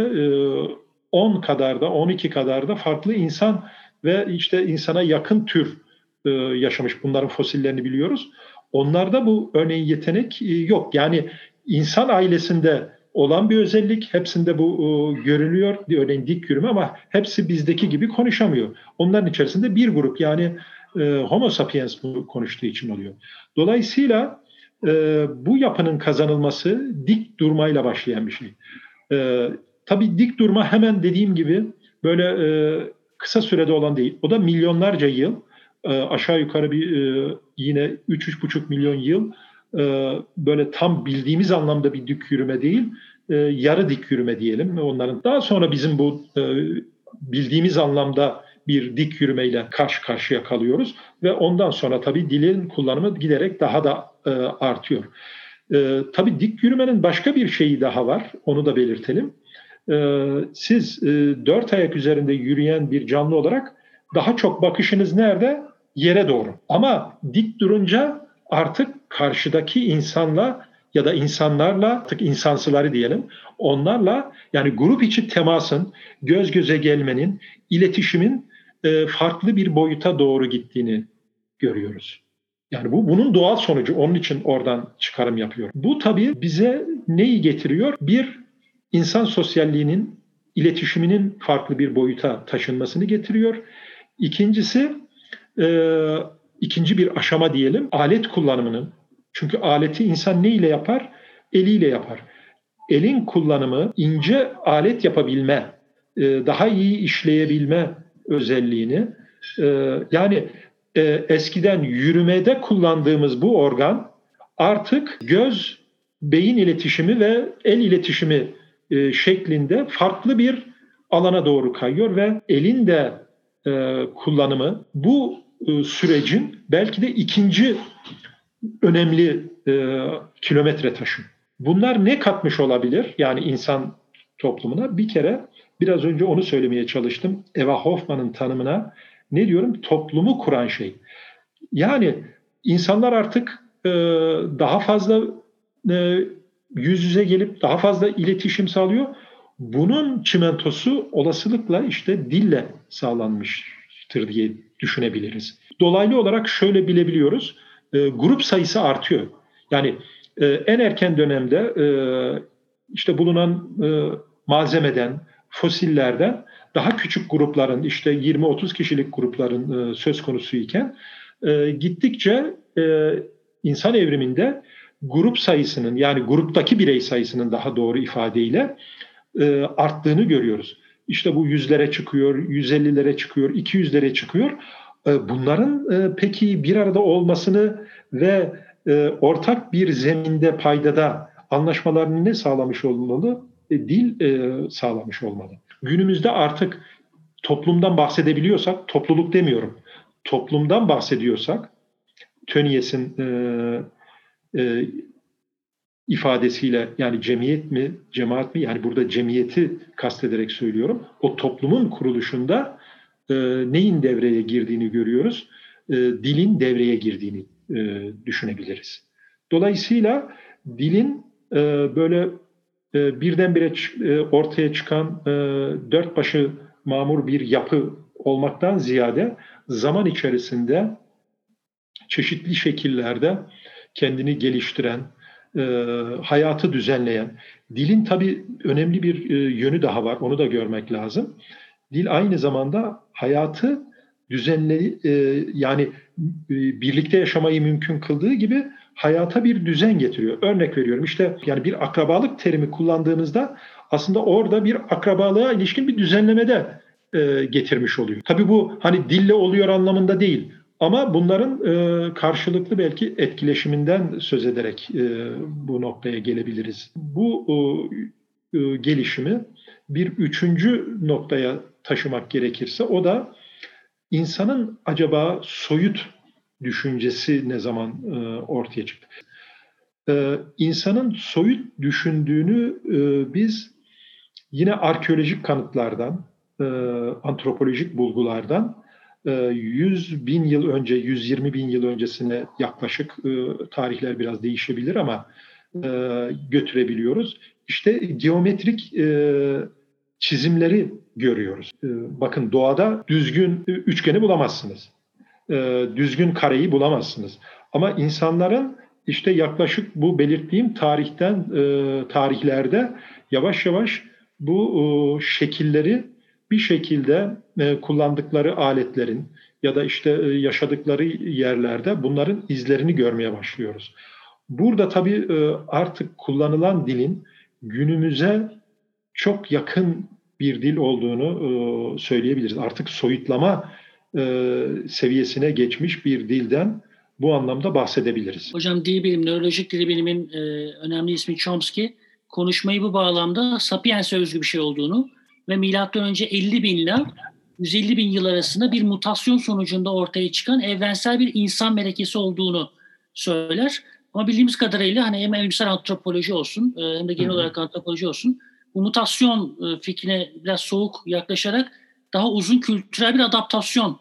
on kadar da on iki kadar da farklı insan ve işte insana yakın tür yaşamış. Bunların fosillerini biliyoruz. Onlarda bu örneğin yetenek yok. Yani insan ailesinde olan bir özellik, hepsinde bu görülüyor. Örneğin dik yürüme, ama hepsi bizdeki gibi konuşamıyor. Onların içerisinde bir grup, yani Homo sapiens bu konuştuğu için oluyor. Dolayısıyla e, bu yapının kazanılması dik durmayla başlayan bir şey. E, tabii dik durma hemen dediğim gibi böyle e, kısa sürede olan değil. O da milyonlarca yıl, e, aşağı yukarı bir e, yine üç üç buçuk milyon yıl e, böyle tam bildiğimiz anlamda bir dik yürüme değil, e, yarı dik yürüme diyelim. Onların daha sonra bizim bu e, bildiğimiz anlamda bir dik yürümeyle karşı karşıya kalıyoruz ve ondan sonra tabii dilin kullanımı giderek daha da e, artıyor. E, tabii dik yürümenin başka bir şeyi daha var, onu da belirtelim. E, siz e, dört ayak üzerinde yürüyen bir canlı olarak daha çok bakışınız nerede? Yere doğru. Ama dik durunca artık karşıdaki insanla ya da insanlarla, artık insansıları diyelim, onlarla, yani grup içi temasın, göz göze gelmenin, iletişimin farklı bir boyuta doğru gittiğini görüyoruz. Yani bu bunun doğal sonucu. Onun için oradan çıkarım yapıyorum. Bu tabii bize neyi getiriyor? Bir, insan sosyalliğinin, iletişiminin farklı bir boyuta taşınmasını getiriyor. İkincisi, e, ikinci bir aşama diyelim, alet kullanımının. Çünkü aleti insan ne ile yapar? Eliyle yapar. Elin kullanımı, ince alet yapabilme, e, daha iyi işleyebilme özelliğini, e, yani e, eskiden yürümede kullandığımız bu organ artık göz beyin iletişimi ve el iletişimi e, şeklinde farklı bir alana doğru kayıyor ve elin de e, kullanımı bu e, sürecin belki de ikinci önemli e, kilometre taşı. Bunlar ne katmış olabilir? Yani insan toplumuna bir kere biraz önce onu söylemeye çalıştım. Eva Hoffman'ın tanımına ne diyorum? Toplumu kuran şey. Yani insanlar artık e, daha fazla e, yüz yüze gelip daha fazla iletişim sağlıyor. Bunun çimentosu olasılıkla işte dille sağlanmıştır diye düşünebiliriz. Dolaylı olarak şöyle bilebiliyoruz. E, grup sayısı artıyor. Yani e, en erken dönemde e, işte bulunan e, malzemeden, fosillerden daha küçük grupların, işte yirmi otuz kişilik grupların e, söz konusu iken e, gittikçe e, insan evriminde grup sayısının, yani gruptaki birey sayısının daha doğru ifadeyle e, arttığını görüyoruz. İşte bu yüzlere çıkıyor, yüz ellilere çıkıyor, iki yüzlere çıkıyor. E, bunların e, peki bir arada olmasını ve e, ortak bir zeminde, paydada anlaşmalarını ne sağlamış olmalı? E, dil e, sağlamış olmalı. Günümüzde artık toplumdan bahsedebiliyorsak, topluluk demiyorum, toplumdan bahsediyorsak, Tönnies'in e, e, ifadesiyle, yani cemiyet mi, cemaat mi? Yani burada cemiyeti kastederek söylüyorum. O toplumun kuruluşunda e, neyin devreye girdiğini görüyoruz? E, dilin devreye girdiğini e, düşünebiliriz. Dolayısıyla dilin e, böyle e, birdenbire e, ortaya çıkan e, dört başı mamur bir yapı olmaktan ziyade zaman içerisinde çeşitli şekillerde kendini geliştiren, e, hayatı düzenleyen, dilin tabii önemli bir e, yönü daha var, onu da görmek lazım. Dil aynı zamanda hayatı düzenli, e, yani e, birlikte yaşamayı mümkün kıldığı gibi hayata bir düzen getiriyor. Örnek veriyorum, işte yani bir akrabalık terimi kullandığınızda aslında orada bir akrabalığa ilişkin bir düzenlemede e, getirmiş oluyor. Tabii bu hani dille oluyor anlamında değil. Ama bunların e, karşılıklı belki etkileşiminden söz ederek e, bu noktaya gelebiliriz. Bu e, e, gelişimi bir üçüncü noktaya taşımak gerekirse o da insanın acaba soyut düşüncesi ne zaman e, ortaya çıktı? E, insanın soyut düşündüğünü e, biz yine arkeolojik kanıtlardan, e, antropolojik bulgulardan yüz bin yıl önce, yüz yirmi bin yıl öncesine yaklaşık, tarihler biraz değişebilir ama götürebiliyoruz. İşte geometrik çizimleri görüyoruz. Bakın doğada düzgün üçgeni bulamazsınız. Düzgün kareyi bulamazsınız. Ama insanların işte yaklaşık bu belirttiğim tarihten, tarihlerde yavaş yavaş bu şekilleri bir şekilde e, kullandıkları aletlerin ya da işte e, yaşadıkları yerlerde bunların izlerini görmeye başlıyoruz. Burada tabii e, artık kullanılan dilin günümüze çok yakın bir dil olduğunu e, söyleyebiliriz. Artık soyutlama e, seviyesine geçmiş bir dilden bu anlamda bahsedebiliriz. Hocam dil bilim, nörolojik dil bilimin e, önemli ismi Chomsky, konuşmayı bu bağlamda Sapiens'e özgü bir şey olduğunu ve milattan önce elli bin ile yüz elli bin yıl arasında bir mutasyon sonucunda ortaya çıkan evrensel bir insan melekesi olduğunu söyler. Ama bildiğimiz kadarıyla hani hem evrimsel antropoloji olsun hem de genel olarak antropoloji olsun, bu mutasyon fikrine biraz soğuk yaklaşarak daha uzun kültürel bir adaptasyon,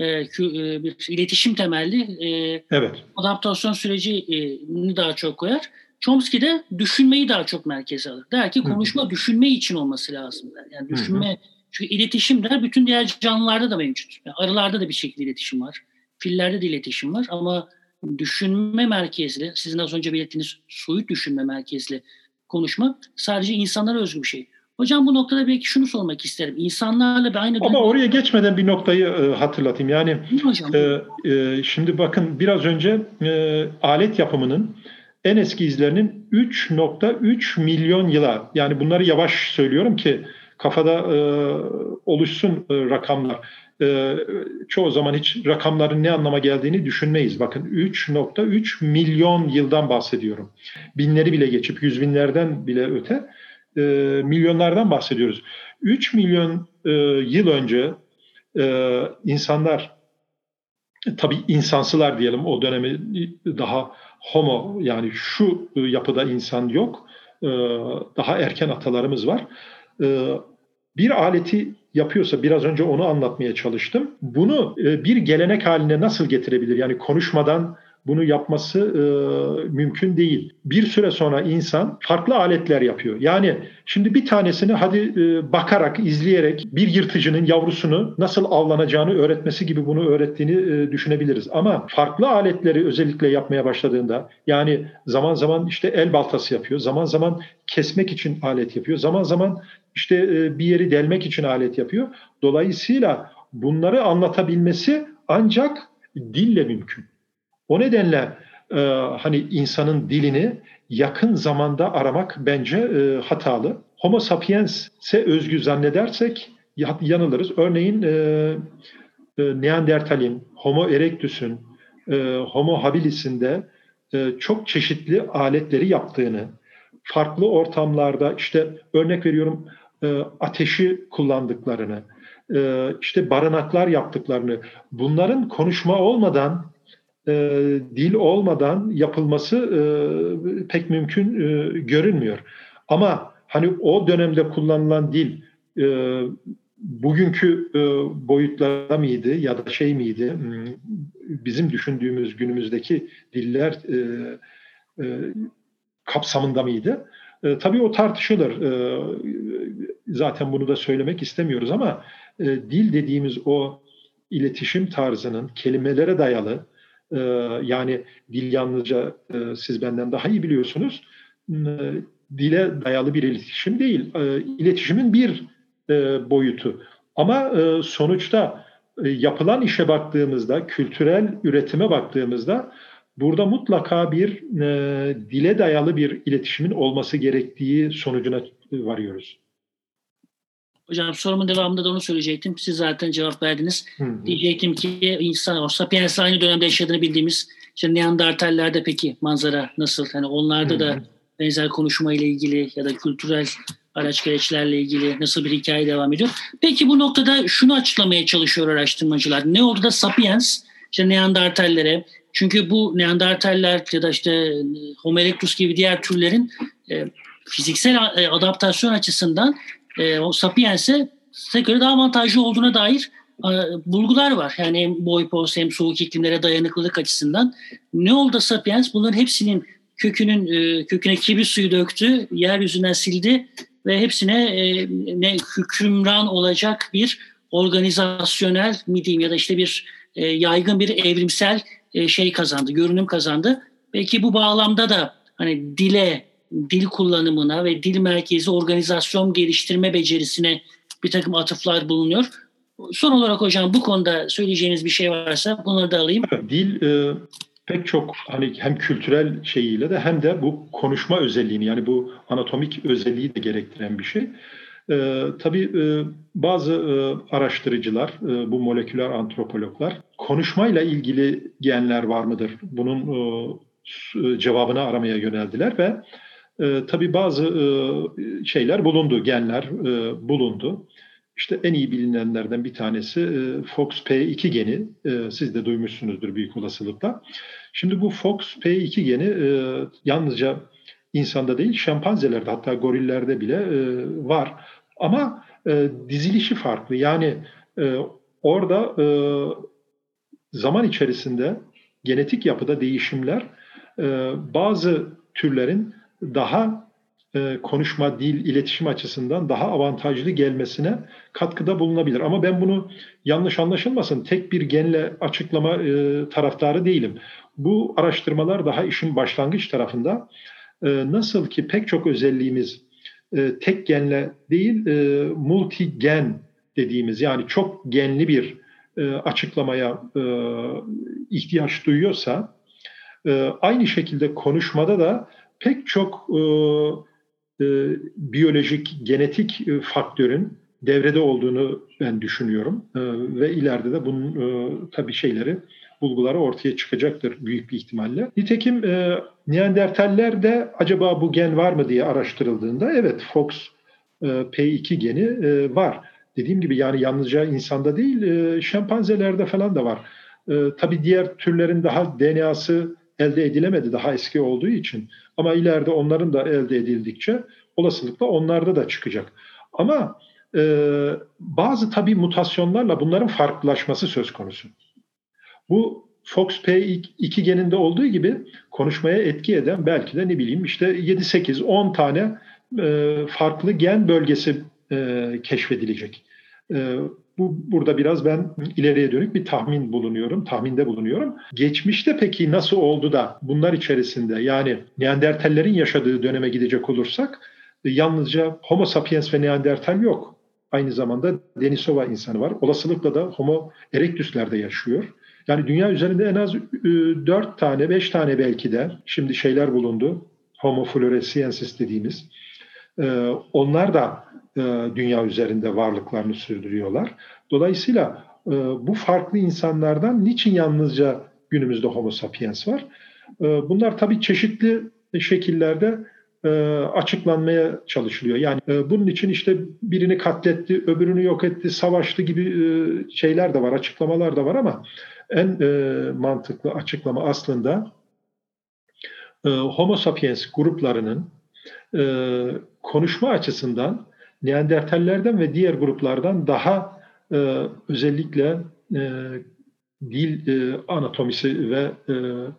bir iletişim temelli evet. adaptasyon sürecini daha çok koyar. Chomsky de düşünmeyi daha çok merkeze alır. Der ki konuşma Hı-hı. düşünme için olması lazım der. Yani düşünme, Hı-hı. çünkü iletişim der bütün diğer canlılarda da mevcut. Yani arılarda da bir şekilde iletişim var. Fillerde de iletişim var ama düşünme merkezli, sizin az önce belirttiğiniz soyut düşünme merkezli konuşma sadece insanlara özgü bir şey. Hocam bu noktada belki şunu sormak isterim. İnsanlarla bir aynı... Ama duygu... oraya geçmeden bir noktayı e, hatırlatayım. Yani e, e, şimdi bakın biraz önce e, alet yapımının en eski izlerinin üç nokta üç milyon yıla, yani bunları yavaş söylüyorum ki kafada e, oluşsun e, rakamlar. E, çoğu zaman hiç rakamların ne anlama geldiğini düşünmeyiz. Bakın üç nokta üç milyon yıldan bahsediyorum. Binleri bile geçip yüz binlerden bile öte e, milyonlardan bahsediyoruz. üç milyon e, yıl önce e, insanlar, tabii insansılar diyelim, o dönemi daha homo, yani şu yapıda insan yok. Daha erken atalarımız var. Bir aleti yapıyorsa, biraz önce onu anlatmaya çalıştım. Bunu bir gelenek haline nasıl getirebilir? Yani konuşmadan bunu yapması e, mümkün değil. Bir süre sonra insan farklı aletler yapıyor. Yani şimdi bir tanesini hadi e, bakarak, izleyerek bir yırtıcının yavrusunu nasıl avlanacağını öğretmesi gibi bunu öğrettiğini e, düşünebiliriz. Ama farklı aletleri özellikle yapmaya başladığında, yani zaman zaman işte el baltası yapıyor, zaman zaman kesmek için alet yapıyor, zaman zaman işte e, bir yeri delmek için alet yapıyor. Dolayısıyla bunları anlatabilmesi ancak dille mümkün. O nedenle e, hani insanın dilini yakın zamanda aramak bence e, hatalı. Homo sapiens'e özgü zannedersek yanılırız. Örneğin e, e, Neandertal'in, Homo erectus'un, e, Homo habilis'in de e, çok çeşitli aletleri yaptığını, farklı ortamlarda işte örnek veriyorum e, ateşi kullandıklarını, e, işte barınaklar yaptıklarını, bunların konuşma olmadan, E, dil olmadan yapılması e, pek mümkün e, görünmüyor. Ama hani o dönemde kullanılan dil e, bugünkü e, boyutlarda mıydı ya da şey miydi, bizim düşündüğümüz günümüzdeki diller e, e, kapsamında mıydı? E, tabii o tartışılır. E, zaten bunu da söylemek istemiyoruz ama e, dil dediğimiz o iletişim tarzının kelimelere dayalı, e, yani dil yalnızca e, siz benden daha iyi biliyorsunuz, e, dile dayalı bir iletişim değil. E, iletişimin bir e, boyutu. Ama e, sonuçta e, yapılan işe baktığımızda, kültürel üretime baktığımızda burada mutlaka bir e, dile dayalı bir iletişimin olması gerektiği sonucuna varıyoruz. Hocam sorumun devamında da onu söyleyecektim. Siz zaten cevap verdiniz. Hı hı. Diyecektim ki insan, o Sapiens'le aynı dönemde yaşadığını bildiğimiz işte Neandertallerde peki manzara nasıl? Hani onlarda hı hı. da benzer konuşma ile ilgili ya da kültürel araç gereçlerle ilgili nasıl bir hikaye devam ediyor? Peki bu noktada şunu açıklamaya çalışıyor araştırmacılar. Ne oldu da Sapiens işte Neandertallere, çünkü bu Neandertaller ya da işte Homo erectus gibi diğer türlerin e, fiziksel adaptasyon açısından e, o Sapiens'e göre daha avantajlı olduğuna dair e, bulgular var. Yani hem boy pos hem soğuk iklimlere dayanıklılık açısından. Ne oldu Sapiens? Bunların hepsinin kökünün e, köküne kibrit suyu döktü, yeryüzünden sildi ve hepsine e, ne hükümran olacak bir organizasyonel mi diyeyim ya da işte bir e, yaygın bir evrimsel e, şey kazandı, görünüm kazandı. Belki bu bağlamda da hani dile, dil kullanımına ve dil merkezi organizasyon geliştirme becerisine bir takım atıflar bulunuyor. Son olarak hocam bu konuda söyleyeceğiniz bir şey varsa bunları da alayım. Dil e, pek çok hani hem kültürel şeyiyle de hem de bu konuşma özelliğini, yani bu anatomik özelliği de gerektiren bir şey. E, tabii e, bazı e, araştırıcılar, e, bu moleküler antropologlar konuşmayla ilgili genler var mıdır? Bunun e, cevabını aramaya yöneldiler ve e, tabii bazı e, şeyler bulundu, genler e, bulundu. İşte en iyi bilinenlerden bir tanesi e, F O X P iki geni. E, siz de duymuşsunuzdur büyük olasılıkla. Şimdi bu F O X P iki geni e, yalnızca insanda değil, şempanzelerde, hatta gorillerde bile e, var. Ama e, dizilişi farklı. Yani e, orada e, zaman içerisinde genetik yapıda değişimler e, bazı türlerin daha e, konuşma, dil, iletişim açısından daha avantajlı gelmesine katkıda bulunabilir. Ama ben bunu yanlış anlaşılmasın, tek bir genle açıklama e, taraftarı değilim. Bu araştırmalar daha işin başlangıç tarafında. E, nasıl ki pek çok özelliğimiz e, tek genle değil, e, multigen dediğimiz, yani çok genli bir e, açıklamaya e, ihtiyaç duyuyorsa, e, aynı şekilde konuşmada da pek çok e, e, biyolojik, genetik e, faktörün devrede olduğunu ben düşünüyorum. E, ve ileride de bunun e, tabii şeyleri, bulguları ortaya çıkacaktır büyük bir ihtimalle. Nitekim e, Neandertallerde acaba bu gen var mı diye araştırıldığında evet, F O X P iki geni e, var. Dediğim gibi yani yalnızca insanda değil, e, şempanzelerde falan da var. E, tabii diğer türlerin daha D N A'sı elde edilemedi, daha eski olduğu için. Ama ileride onların da elde edildikçe olasılıkla onlarda da çıkacak. Ama e, bazı tabii mutasyonlarla bunların farklılaşması söz konusu. Bu F O X P iki geninde olduğu gibi konuşmaya etki eden belki de ne bileyim işte yedi sekiz on tane e, farklı gen bölgesi e, keşfedilecek. E, bu burada biraz ben ileriye dönük bir tahmin bulunuyorum, tahminde bulunuyorum. Geçmişte peki nasıl oldu da bunlar içerisinde, yani Neandertallerin yaşadığı döneme gidecek olursak e, yalnızca Homo sapiens ve Neandertal yok. Aynı zamanda Denisova insanı var. Olasılıkla da Homo erectus'ler de yaşıyor. Yani dünya üzerinde en az dört tane, beş tane belki de şimdi şeyler bulundu. Homo floresiensis dediğimiz. Onlar da dünya üzerinde varlıklarını sürdürüyorlar. Dolayısıyla bu farklı insanlardan niçin yalnızca günümüzde Homo sapiens var? Bunlar tabii çeşitli şekillerde açıklanmaya çalışılıyor. Yani bunun için işte birini katletti, öbürünü yok etti, savaştı gibi şeyler de var, açıklamalar da var ama en mantıklı açıklama aslında Homo sapiens gruplarının konuşma açısından Neandertallerden ve diğer gruplardan daha e, özellikle e, dil e, anatomisi ve e,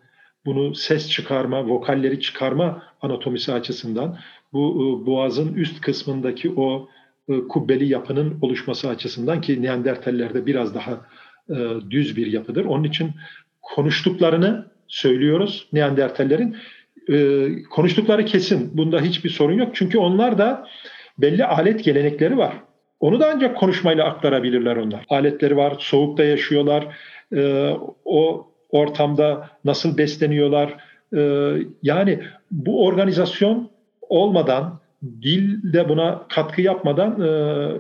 bunu ses çıkarma, vokalleri çıkarma anatomisi açısından bu e, boğazın üst kısmındaki o e, kubbeli yapının oluşması açısından ki Neandertallerde biraz daha e, düz bir yapıdır. Onun için konuştuklarını söylüyoruz Neandertallerin. E, konuştukları kesin. Bunda hiçbir sorun yok. Çünkü onlar da belli alet gelenekleri var. Onu da ancak konuşmayla aktarabilirler onlar. Aletleri var, soğukta yaşıyorlar, e, o ortamda nasıl besleniyorlar. E, yani bu organizasyon olmadan, dil de buna katkı yapmadan e,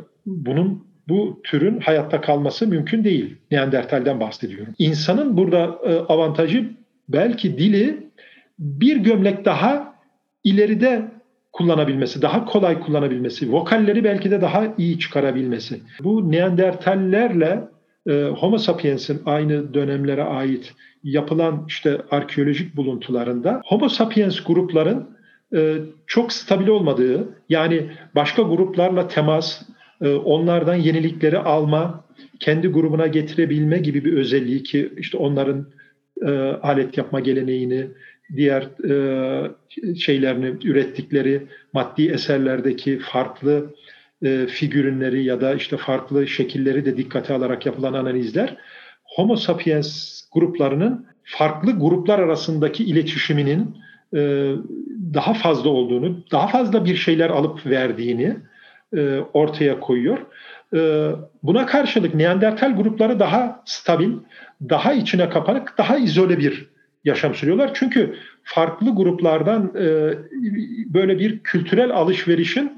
bunun bu türün hayatta kalması mümkün değil. Neandertal'den bahsediyorum. İnsanın burada e, avantajı belki dili bir gömlek daha ileride kullanabilmesi, daha kolay kullanabilmesi, vokalleri belki de daha iyi çıkarabilmesi. Bu Neandertallerle e, Homo sapiens'in aynı dönemlere ait yapılan işte arkeolojik buluntularında Homo sapiens grupların e, çok stabil olmadığı, yani başka gruplarla temas, e, onlardan yenilikleri alma, kendi grubuna getirebilme gibi bir özelliği ki işte onların e, alet yapma geleneğini, diğer e, şeylerini ürettikleri maddi eserlerdeki farklı e, figürinleri ya da işte farklı şekilleri de dikkate alarak yapılan analizler Homo sapiens gruplarının farklı gruplar arasındaki iletişiminin e, daha fazla olduğunu, daha fazla bir şeyler alıp verdiğini e, ortaya koyuyor. E, buna karşılık Neandertal grupları daha stabil, daha içine kapanık, daha izole bir yaşam sürüyorlar. Çünkü farklı gruplardan e, böyle bir kültürel alışverişin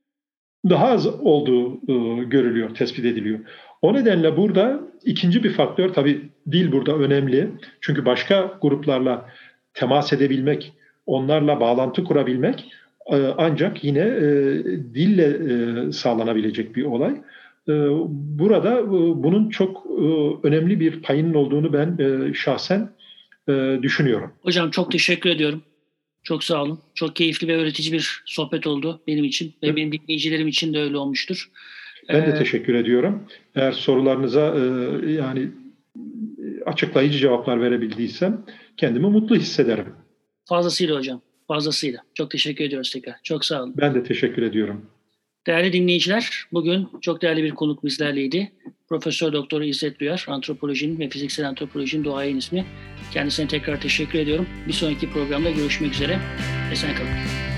daha az olduğu e, görülüyor, tespit ediliyor. O nedenle burada ikinci bir faktör, tabii dil burada önemli. Çünkü başka gruplarla temas edebilmek, onlarla bağlantı kurabilmek e, ancak yine e, dille e, sağlanabilecek bir olay. E, burada e, bunun çok e, önemli bir payının olduğunu ben e, şahsen e, düşünüyorum. Hocam çok teşekkür ediyorum. Çok sağ olun. Çok keyifli ve öğretici bir sohbet oldu benim için ve evet. Benim dinleyicilerim için de öyle olmuştur. Ben de ee, teşekkür ediyorum. Eğer sorularınıza e, yani açıklayıcı cevaplar verebildiysem kendimi mutlu hissederim. Fazlasıyla hocam. Fazlasıyla. Çok teşekkür ediyoruz tekrar. Çok sağ olun. Ben de teşekkür ediyorum. Değerli dinleyiciler, bugün çok değerli bir konuk bizlerleydi. Profesör Doktor İzzet Duyar, antropolojinin ve fiziksel antropolojinin duayen ismi. Kendisine tekrar teşekkür ediyorum. Bir sonraki programda görüşmek üzere. Esen kalın.